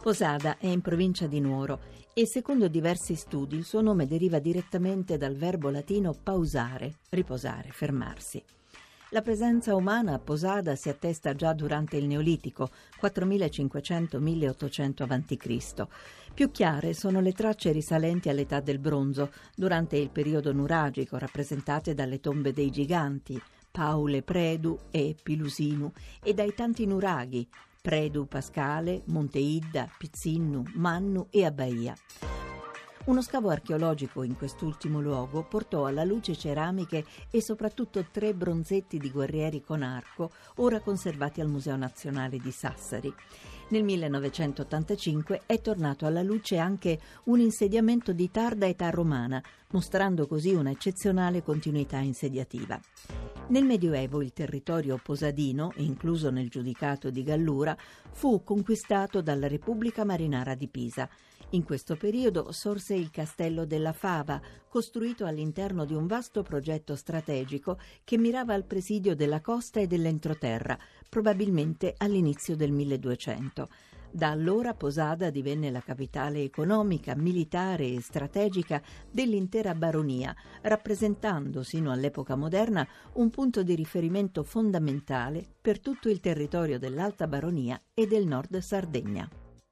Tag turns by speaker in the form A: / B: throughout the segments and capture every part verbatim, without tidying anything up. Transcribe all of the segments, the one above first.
A: Posada è in provincia di Nuoro e secondo diversi studi il suo nome deriva direttamente dal verbo latino pausare, riposare, fermarsi. La presenza umana a Posada si attesta già durante il Neolitico, quattromilacinquecento milleottocento avanti Cristo Più chiare sono le tracce risalenti all'età del bronzo, durante il periodo nuragico, rappresentate dalle tombe dei giganti, Paule Predu e Pilusinu, e dai tanti nuraghi, Predu Pascale, Monte Idda, Pizzinnu, Mannu e Abbaia. Uno scavo archeologico in quest'ultimo luogo portò alla luce ceramiche e soprattutto tre bronzetti di guerrieri con arco, ora conservati al Museo Nazionale di Sassari. Nel millenovecentottantacinque è tornato alla luce anche un insediamento di tarda età romana, mostrando così una eccezionale continuità insediativa. Nel Medioevo il territorio posadino, incluso nel giudicato di Gallura, fu conquistato dalla Repubblica Marinara di Pisa. In questo periodo sorse il Castello della Fava, costruito all'interno di un vasto progetto strategico che mirava al presidio della costa e dell'entroterra, probabilmente all'inizio del milleduecento. Da allora Posada divenne la capitale economica, militare e strategica dell'intera baronia, rappresentando sino all'epoca moderna un punto di riferimento fondamentale per tutto il territorio dell'Alta Baronia e del Nord Sardegna.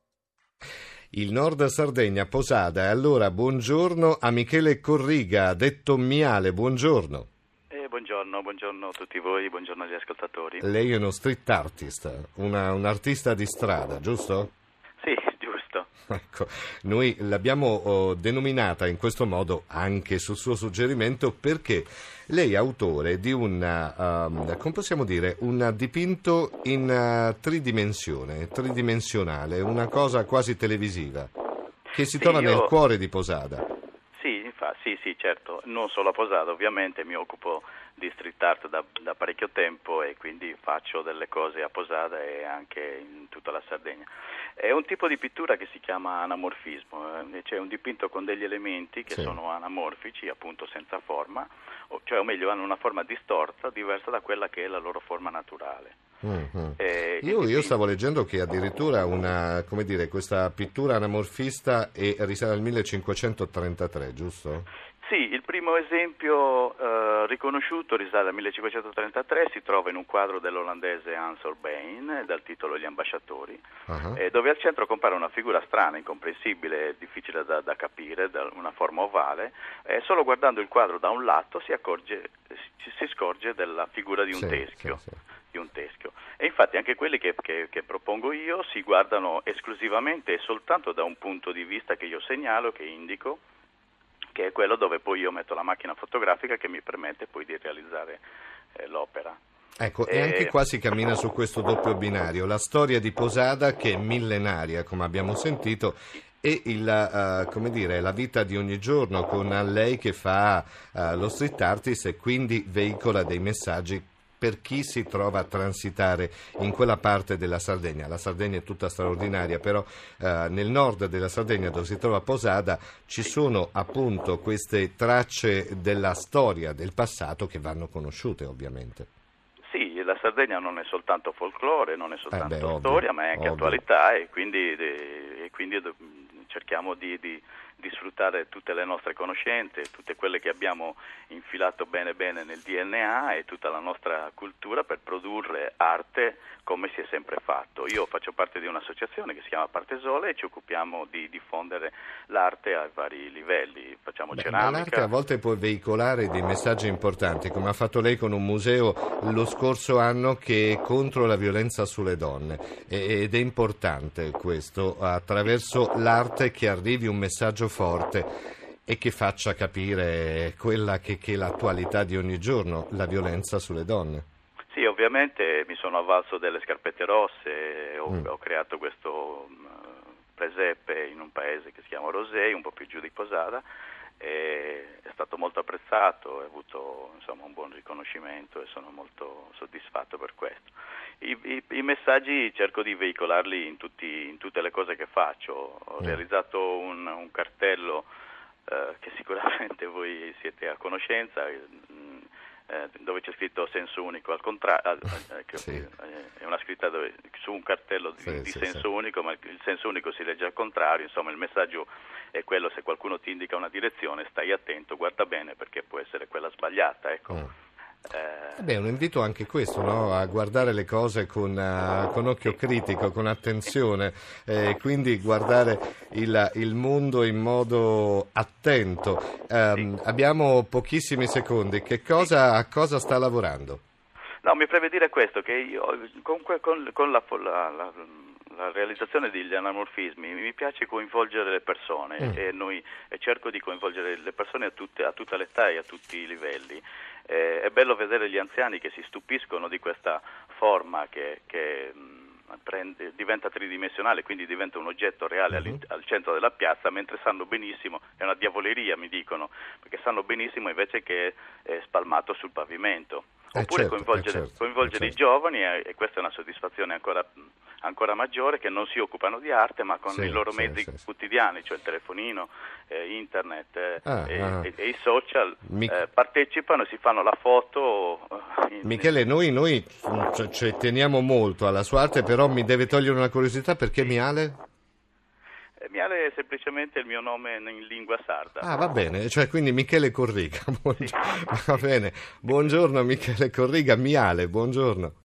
B: Il Nord Sardegna, Posada. E allora buongiorno a Michele Corriga, detto Miale, buongiorno.
C: Eh, buongiorno, buongiorno a tutti voi, buongiorno agli ascoltatori.
B: Lei è uno street artist, una, un artista di strada, giusto?
C: Sì, giusto.
B: Ecco, noi l'abbiamo oh, denominata in questo modo anche sul suo suggerimento perché lei è autore di un, uh, come possiamo dire, un dipinto in uh, tridimensione, tridimensionale, una cosa quasi televisiva, che si
C: sì,
B: trova
C: io...
B: nel cuore di Posada.
C: Sì, infatti, sì, sì, certo, non solo a Posada, ovviamente mi occupo di street art da, da parecchio tempo e quindi faccio delle cose a Posada e anche in tutta la Sardegna. È un tipo di pittura che si chiama anamorfismo, eh, cioè un dipinto con degli elementi che sì. sono anamorfici, appunto senza forma, o, cioè o meglio hanno una forma distorta, diversa da quella che è la loro forma naturale.
B: Mm-hmm. Eh, io, dipinto... io stavo leggendo che addirittura una, come dire, questa pittura anamorfista è, risale al millecinquecentotrentatré, giusto?
C: Sì, il primo esempio eh, riconosciuto risale al millecinquecentotrentatré, si trova in un quadro dell'olandese Hans Holbein dal titolo Gli ambasciatori, uh-huh. eh, dove al centro compare una figura strana, incomprensibile, difficile da, da capire, da una forma ovale, e eh, solo guardando il quadro da un lato si, accorge, si, si scorge della figura di un
B: sì,
C: teschio.
B: Sì, sì.
C: Di un teschio. E infatti anche quelli che, che, che propongo io si guardano esclusivamente e soltanto da un punto di vista che io segnalo, che indico, che è quello dove poi io metto la macchina fotografica che mi permette poi di realizzare eh, l'opera.
B: Ecco, e... e anche qua si cammina su questo doppio binario, la storia di Posada che è millenaria, come abbiamo sentito, e il, uh, come dire, la vita di ogni giorno con lei che fa uh, lo street artist e quindi veicola dei messaggi per chi si trova a transitare in quella parte della Sardegna. La Sardegna è tutta straordinaria, però eh, nel nord della Sardegna, dove si trova Posada, ci sono appunto queste tracce della storia, del passato, che vanno conosciute ovviamente.
C: Sì, la Sardegna non è soltanto folklore, non è soltanto
B: eh beh, ovvio,
C: storia, ma è anche
B: ovvio.
C: attualità e quindi, e quindi cerchiamo di, di, di sfruttare tutte le nostre conoscenze, tutte quelle che abbiamo infilato bene bene nel D N A e tutta la nostra cultura per produrre arte come si è sempre fatto. Io faccio parte di un'associazione che si chiama Partesole e ci occupiamo di diffondere l'arte a vari livelli. Facciamo
B: Beh,
C: ceramica.
B: L'arte a volte può veicolare dei messaggi importanti, come ha fatto lei con un museo lo scorso anno che è contro la violenza sulle donne, ed è importante questo, attraverso l'arte che arrivi un messaggio forte e che faccia capire quella che, che è l'attualità di ogni giorno, la violenza sulle donne.
C: Sì, ovviamente mi sono avvalso delle scarpette rosse, ho,
B: mm.
C: ho creato questo um, presepe in un paese che si chiama Rosei, un po' più giù di Posada, e è stato molto apprezzato, ho avuto insomma un buon riconoscimento e sono molto soddisfatto per questo. I, i, i messaggi cerco di veicolarli in, tutti, in tutte le cose che faccio. Ho mm. realizzato un, un cartello eh, che sicuramente voi siete a conoscenza, eh, dove c'è scritto senso unico al contrario, eh, sì. È una scritta dove, su un cartello di, sì, di sì, senso sì. unico, ma il senso unico si legge al contrario, insomma il messaggio è quello: se qualcuno ti indica una direzione stai attento, guarda bene perché può essere quella sbagliata, ecco. Mm.
B: Eh, beh, un invito anche questo, no? A guardare le cose con, uh, con occhio critico, con attenzione, eh, quindi guardare il, il mondo in modo attento. Um, sì. Abbiamo pochissimi secondi. Che cosa, a cosa sta lavorando?
C: No, mi preme dire questo, che io comunque con, con la, la, la, la realizzazione degli anamorfismi mi piace coinvolgere le persone mm. e, noi, e cerco di coinvolgere le persone a, tutte, a tutta l'età e a tutti i livelli. Eh, è bello vedere gli anziani che si stupiscono di questa forma che, che mh, prende, diventa tridimensionale, quindi diventa un oggetto reale mm-hmm. al centro della piazza, mentre sanno benissimo, è una diavoleria mi dicono, perché sanno benissimo invece che è spalmato sul pavimento. Oppure eh certo, coinvolgere, eh certo, coinvolgere eh certo. i giovani, e, e questa è una soddisfazione ancora, ancora maggiore, che non si occupano di arte ma con sì, i loro sì, mezzi sì, quotidiani, cioè il telefonino, eh, internet eh, ah, e, ah. E, e i social, Mi... eh, partecipano e si fanno la foto. In...
B: Michele, noi, noi cioè, cioè, teniamo molto alla sua arte, però mi deve togliere una curiosità, perché sì. Miale?
C: Miale è semplicemente il mio nome in lingua sarda.
B: Ah, va bene, cioè quindi Michele Corriga. Buongiorno. Sì. Va bene. Buongiorno Michele Corriga, Miale, buongiorno.